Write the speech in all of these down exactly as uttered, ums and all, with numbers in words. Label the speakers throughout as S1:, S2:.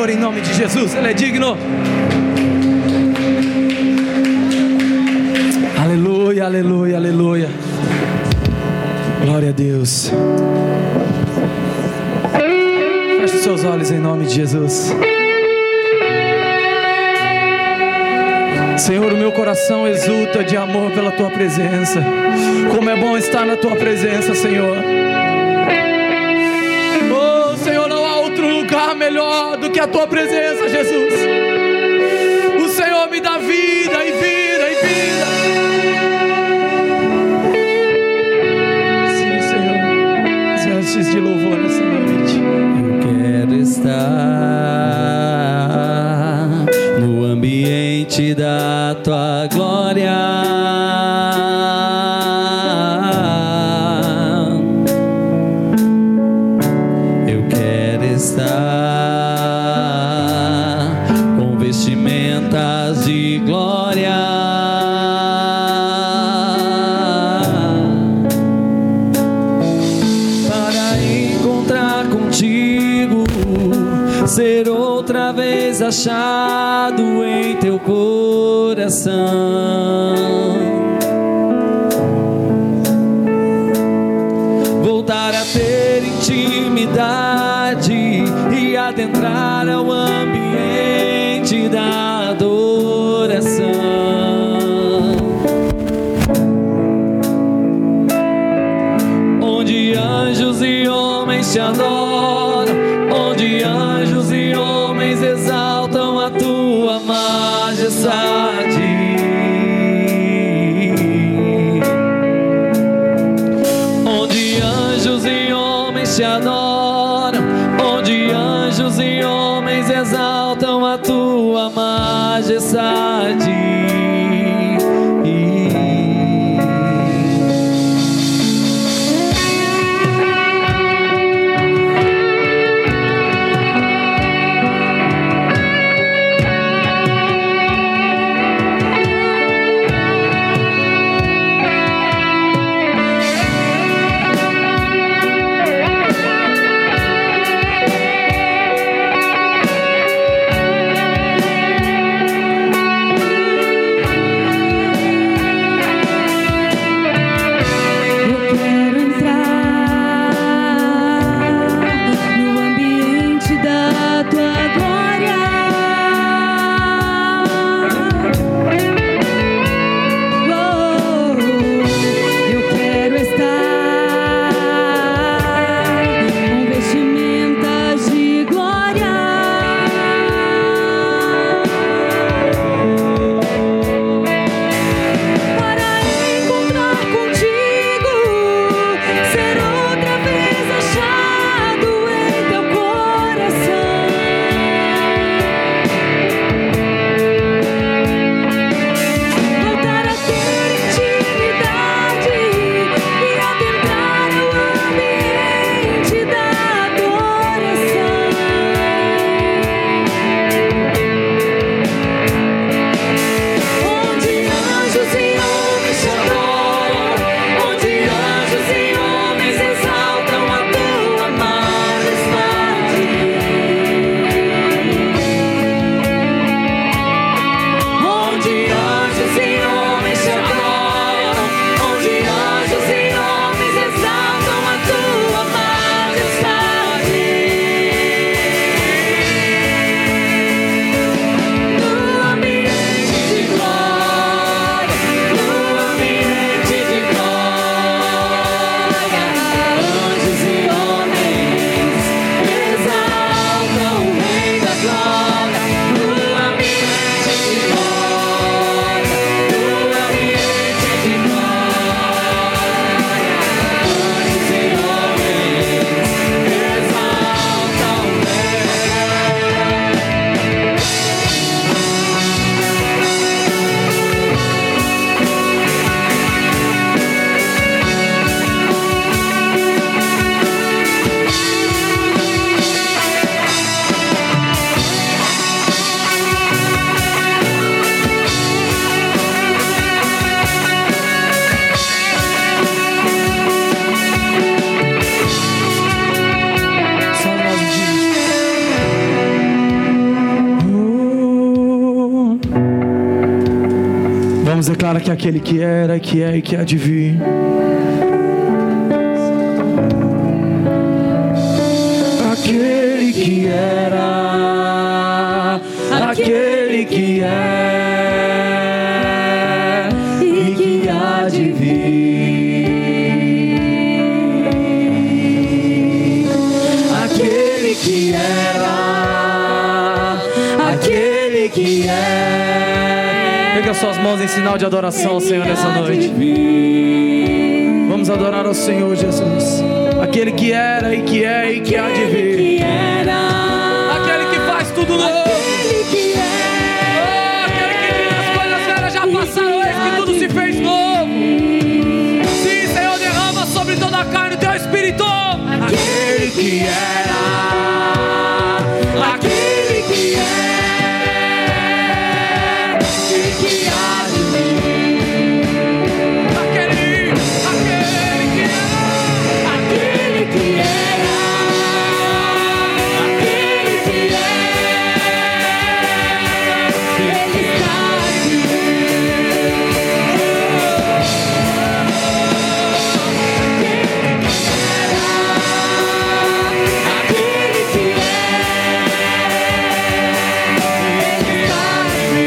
S1: Senhor, em nome de Jesus. Ele é digno. Aleluia, aleluia, aleluia. Glória a Deus. Feche os seus olhos em nome de Jesus. Senhor, o meu coração exulta de amor pela Tua presença. Como é bom estar na Tua presença, Senhor. Oh, Senhor, não há outro lugar melhor do que a Tua presença, Jesus. O Senhor me dá vida e vida e vida. Sim, Senhor. Vestes de louvor nessa noite.
S2: Eu quero estar no ambiente da Tua glória. Eu quero estar com vestimentas de glória, para encontrar contigo, ser outra vez achado em Teu coração, voltar a ter intimidade e adentrar ao ambiente da adoração, onde anjos e homens Te adoram, onde anjos e homens exaltam a Tua majestade, onde anjos e homens Te adoram, onde anjos e homens exaltam a Tua majestade.
S1: Vamos declarar que aquele que era, que é e que há de vir. Aquele que era, aquele que é e que há de vir. Aquele que era, aquele que é. Pega suas mãos em sinal de adoração ao Senhor nessa noite. Vamos adorar ao Senhor Jesus. Aquele que era e que é e que há de vir. Aquele que faz tudo novo. Aquele que é. Oh, aquele que diz as coisas velhas já passaram, eis que tudo se fez novo. Sim, Senhor, derrama sobre toda a carne o teu Espírito. Aquele que era, aquele que é e que há de vir. Aquele, aquele que era, aquele que era, aquele que é, ele está aqui. Aquele que era, aquele que é, ele está aqui.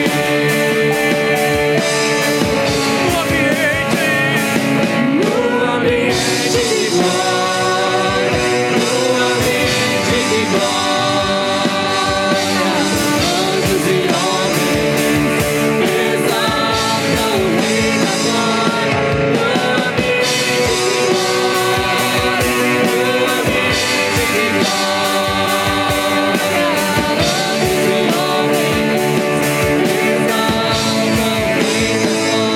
S1: No ambiente, no ambiente de glória, no ambiente de glória, anjos e homens exaltam o Rei da glória. No ambiente de glória, no ambiente de glória, anjos e homens exaltam o Rei da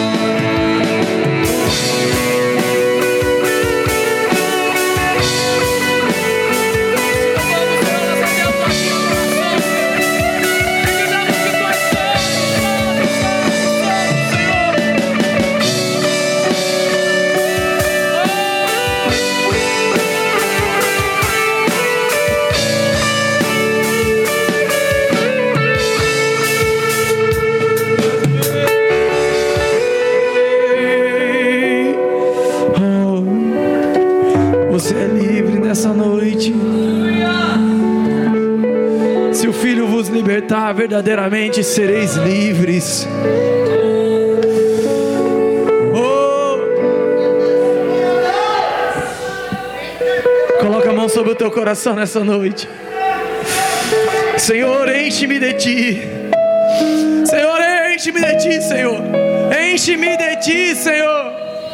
S1: Você é livre nessa noite. Se o Filho vos libertar, verdadeiramente sereis livres. Oh! Coloca a mão sobre o teu coração nessa noite. Senhor, enche-me de ti. Senhor, enche-me de ti, Senhor. Enche-me de ti, Senhor.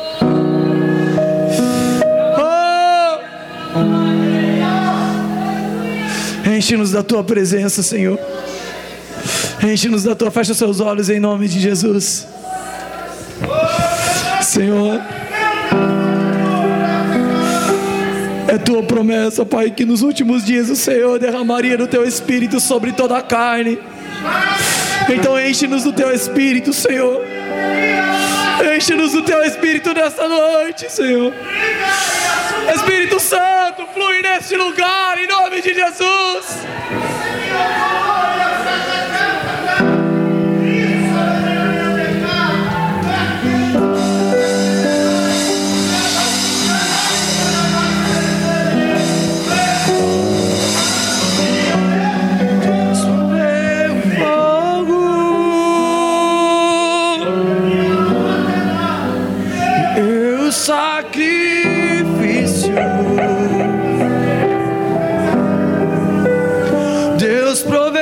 S1: Enche-nos da tua presença, Senhor. Enche-nos da tua. Fecha seus olhos em nome de Jesus. Senhor, é tua promessa, Pai, que nos últimos dias o Senhor derramaria do teu Espírito sobre toda a carne. Então enche-nos do teu Espírito, Senhor. Enche-nos do teu Espírito nesta noite, Senhor. Espírito Santo, flui neste lugar em nome de Jesus. Sacrifício, Deus provê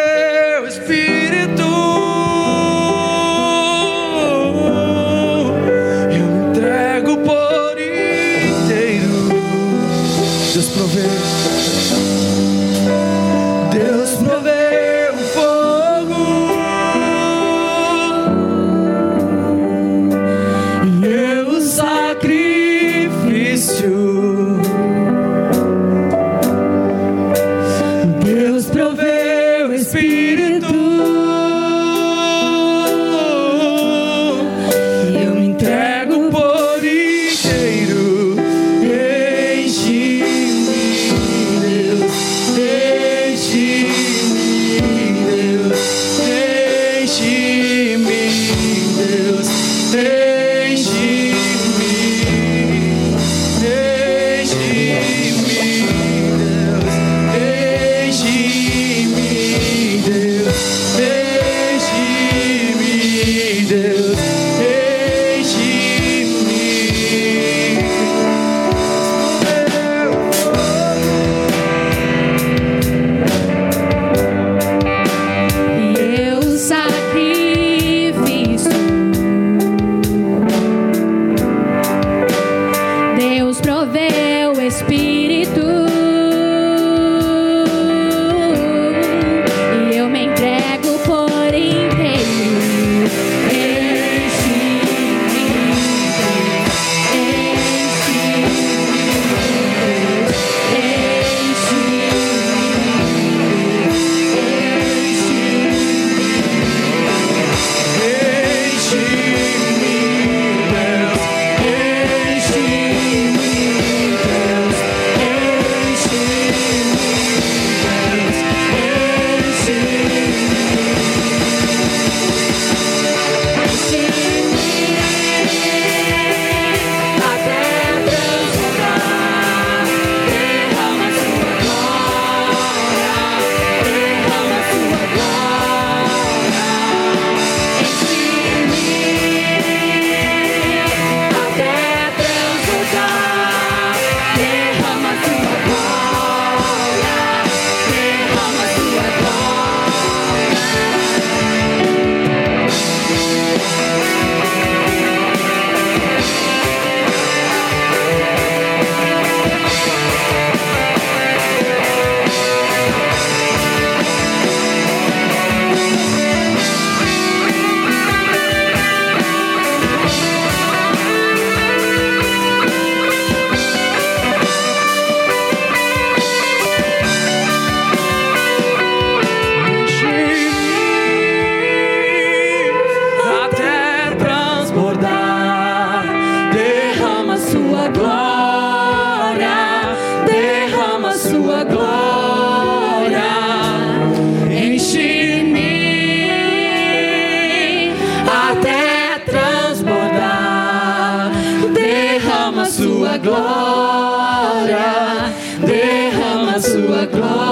S2: glória, derrama a sua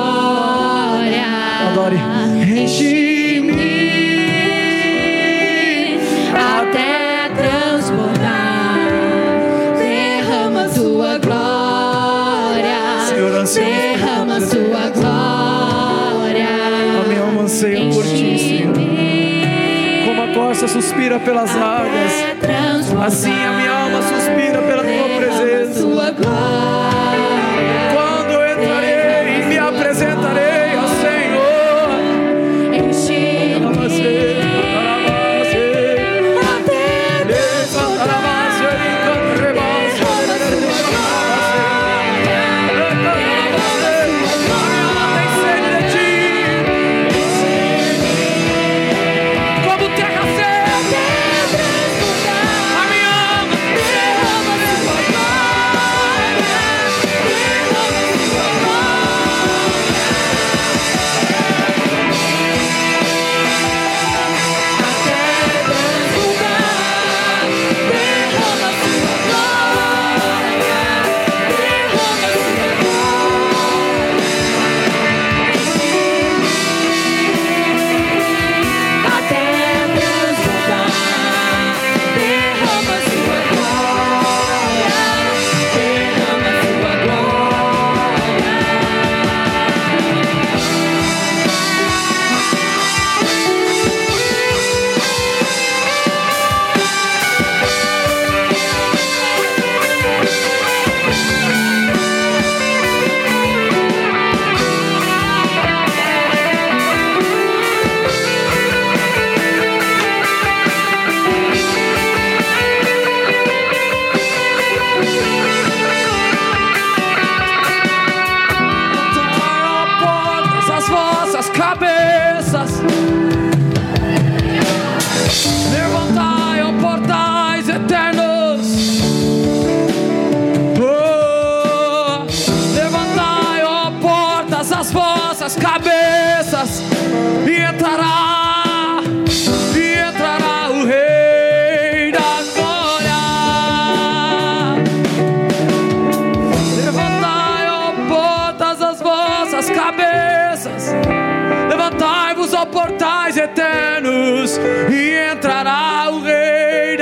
S2: glória.
S1: Adore.
S2: Enche-me até transbordar. Derrama a sua glória,
S1: Senhor, anseio
S2: derrama a sua glória.
S1: A minha alma anseia por ti, Senhor. Como a corça suspira pelas águas, assim a minha alma suspira pela tua presença. Quando eu entrarei e me apresentarei ao Senhor, enche-me até transbordar.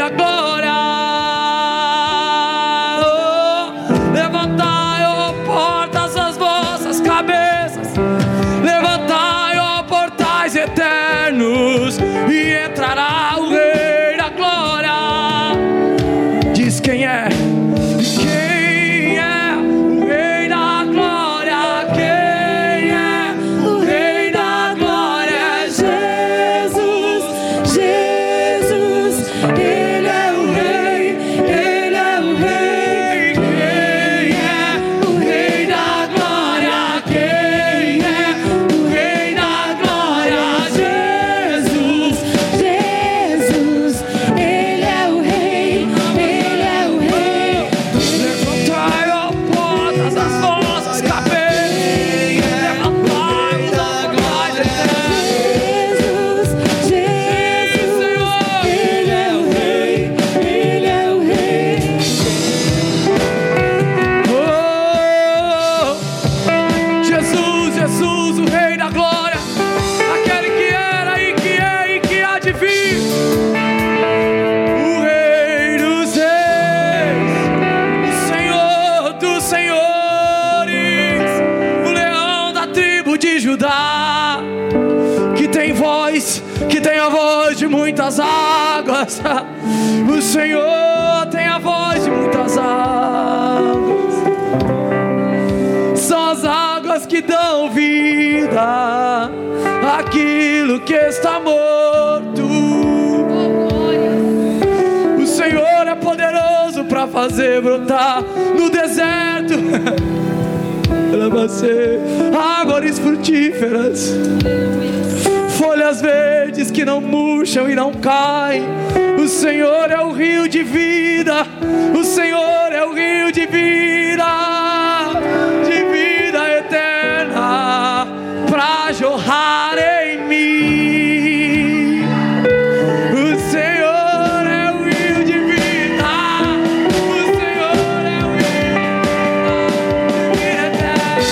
S1: a glória. Oh, levantai, ó portas, as vossas cabeças. Levantai, ó portais eternos, e entrará o Rei da glória. Diz quem é. Muitas águas, o Senhor tem a voz de muitas águas, são as águas que dão vida àquilo que está morto. O Senhor é poderoso para fazer brotar no deserto árvores frutíferas, folhas verdes que não murcham e não caem. O Senhor é o rio de vida, o Senhor é o rio de vida, de vida eterna, pra jorrar em mim. O Senhor é o rio de vida, o Senhor é o rio de vida eterna.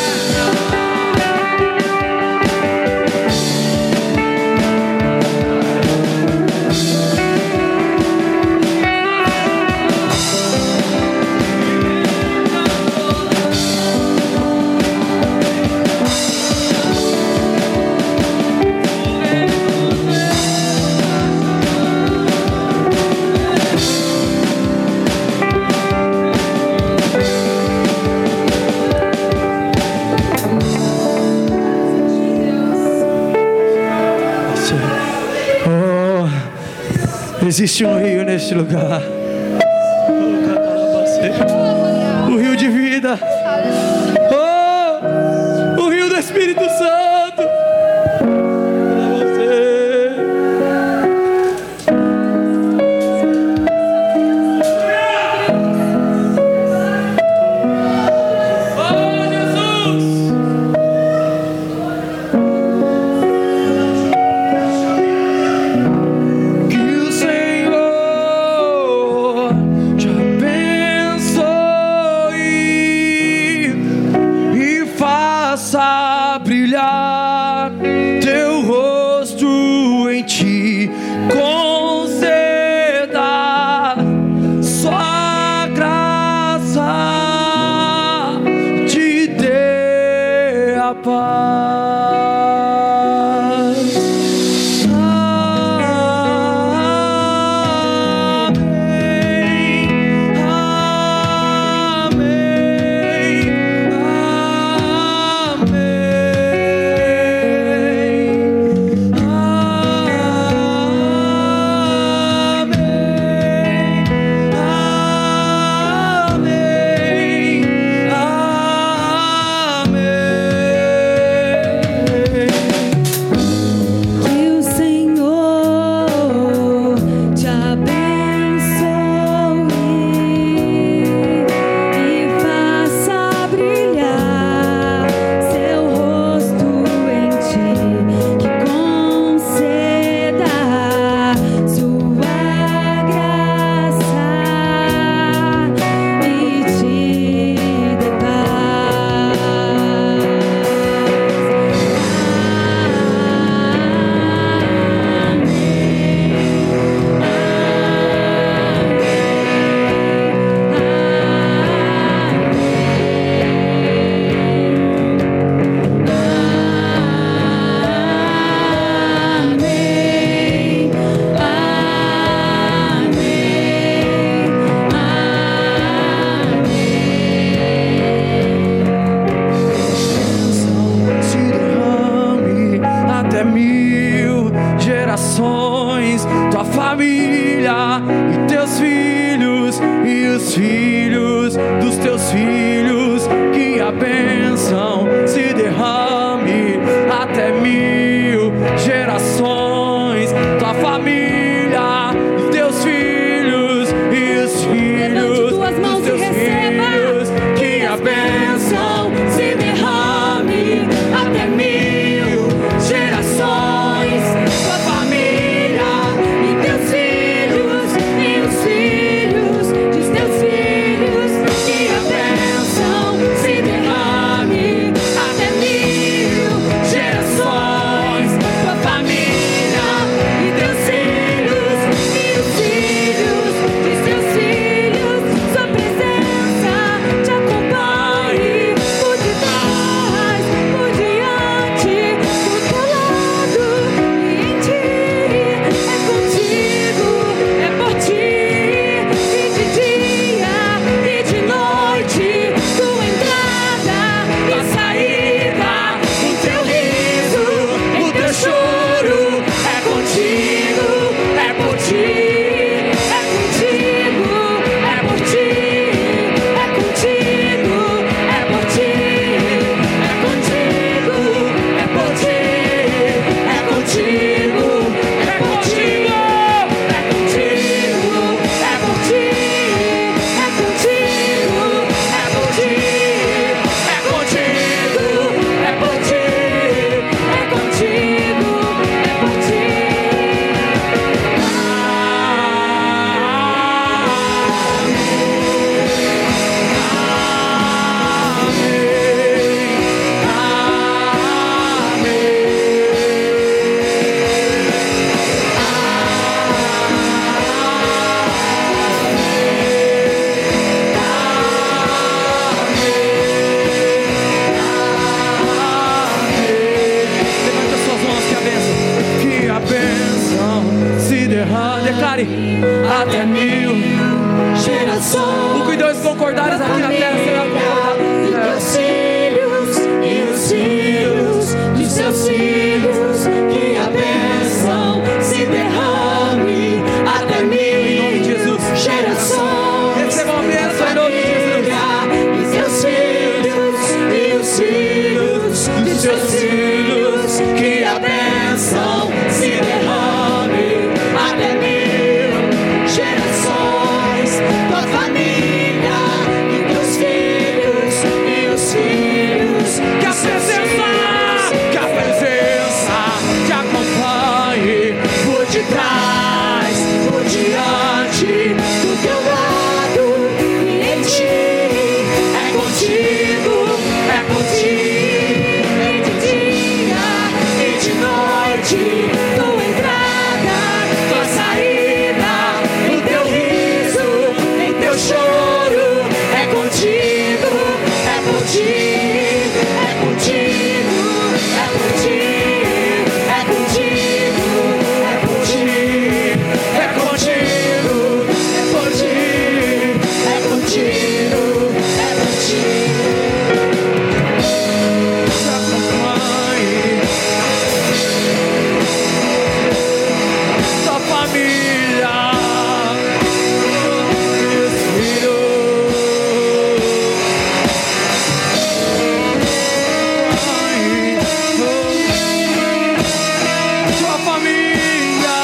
S1: Existe um rio neste lugar, o rio de vida, oh, o rio do Espírito Santo. e os filhos dos teus filhos, que a bênção se derrame até mil gerações. Tua família, os teus filhos e os filhos dos teus filhos, que a bênção se derrame até mil gerações. Tua família e teus filhos e os filhos dos teus filhos, que a bênção se derrame até mil gerações. Tua família e teus filhos e os filhos dos teus filhos, sua presença te acompanhe por detrás, por diante, do teu lado e em ti. É contigo, é por ti, e de dia e de noite, tua entrada e saída, o teu riso, o teu choro. É contigo, é por ti, é contigo, é por ti, é contigo, é por ti, é contigo, é por ti, é contigo, é contigo, é contigo, é por ti, é contigo, é por ti, é contigo, é por ti, é contigo, é por ti. Levanta suas mãos, que a bênção, que a bênção se derrame. Declare até mil gerações. O que dois concordares aqui na terra será concordado.
S3: Teus filhos e os filhos de seus filhos, que a bênção se derrame até
S1: Em nome de
S3: mil
S1: Jesus.
S3: gerações.
S1: Recebam a bênção em nome de Jesus.
S3: E seus filhos e os filhos de seus filhos, que a bênção se derrame até mil gerações. Tua família e teus filhos e os filhos
S1: Que a
S3: de seus
S1: presença, que a presença te acompanhe
S3: por detrás, por diante, do teu lado e em ti. É contigo, é por ti, e de dia e de noite, tua entrada, tua saída, o teu riso e teu choro. É contigo, é por ti, é contigo, é por ti, é contigo, é por ti, é contigo, é por ti, é contigo, é por ti.
S1: te acompanhe. Tua família e os filhos. Tua família.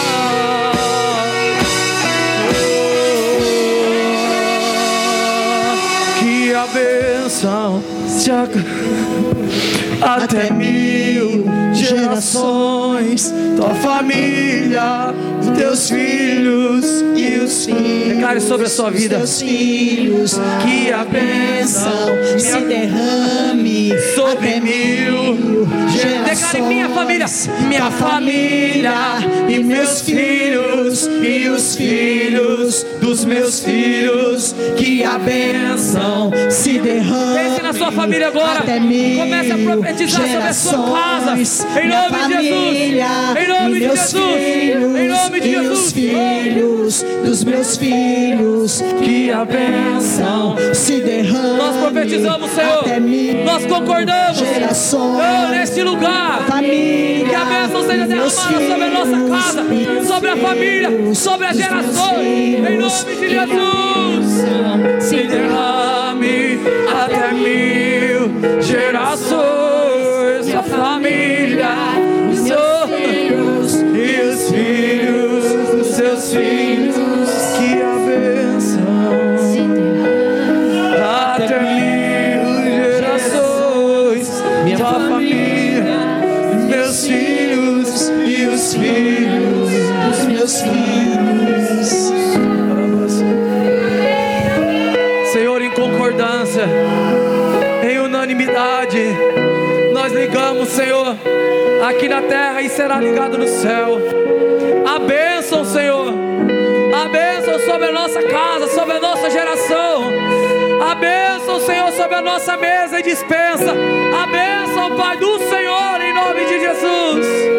S1: Que a bênção se ac- até mil gerações. Tua família, os teus filhos e os filhos. Declare sobre a sua vida.
S3: Teus filhos,
S1: Que a bênção
S3: se derrame
S1: sobre
S3: até
S1: mil
S3: gerações.
S1: Declare minha família, minha família e meus filhos e os filhos dos meus filhos. Que a bênção
S3: se derrame.
S1: Pense na sua família agora.
S3: até mil
S1: Comece a profetizar sobre a sua casa.
S3: gerações.
S1: Em
S3: Minha
S1: nome de
S3: família,
S1: Jesus. Em nome
S3: e
S1: de
S3: meus
S1: Jesus.
S3: filhos,
S1: Em nome de
S3: e
S1: Jesus.
S3: os filhos dos meus filhos.
S1: Que a bênção
S3: se derrame.
S1: nós profetizamos, Senhor.
S3: até mil
S1: Nós concordamos.
S3: gerações.
S1: Oh, neste lugar.
S3: Família,
S1: Que a bênção seja
S3: meus
S1: derramada sobre a nossa
S3: filhos,
S1: casa, sobre a família, sobre as
S3: dos meus
S1: gerações. Em
S3: filhos,
S1: nome de Jesus.
S3: bênção se derrame até mil gerações. Sua família, os seus filhos e os filhos dos seus filhos.
S1: Que a bênção
S3: Se derrame
S1: até mil gerações.
S2: Minha
S1: Tua família, meus filhos e os filhos dos meus filhos. Senhor, em concordância, em unanimidade, nós ligamos, Senhor, aqui na terra e será ligado no céu. A bênção, Senhor, a bênção sobre a nossa casa, sobre a nossa geração. A bênção, Senhor, sobre a nossa mesa e dispensa. A bênção, Pai, do Senhor, em nome de Jesus.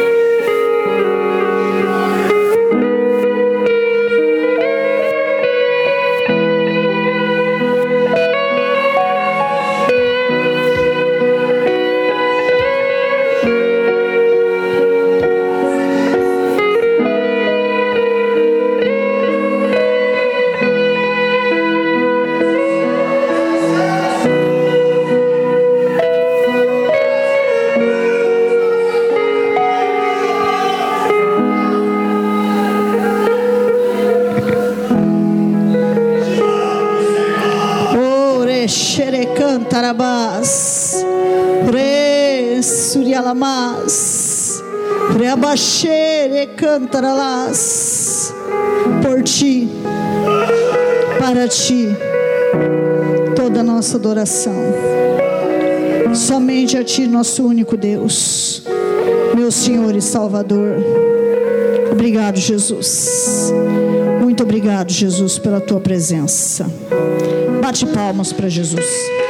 S4: Tarabás, Re Surialamas, Reabaxere Cantaralás. Por ti, para ti, toda a nossa adoração. Somente a ti, nosso único Deus, meu Senhor e Salvador. Obrigado, Jesus. Muito obrigado, Jesus, pela tua presença. Bate palmas para Jesus.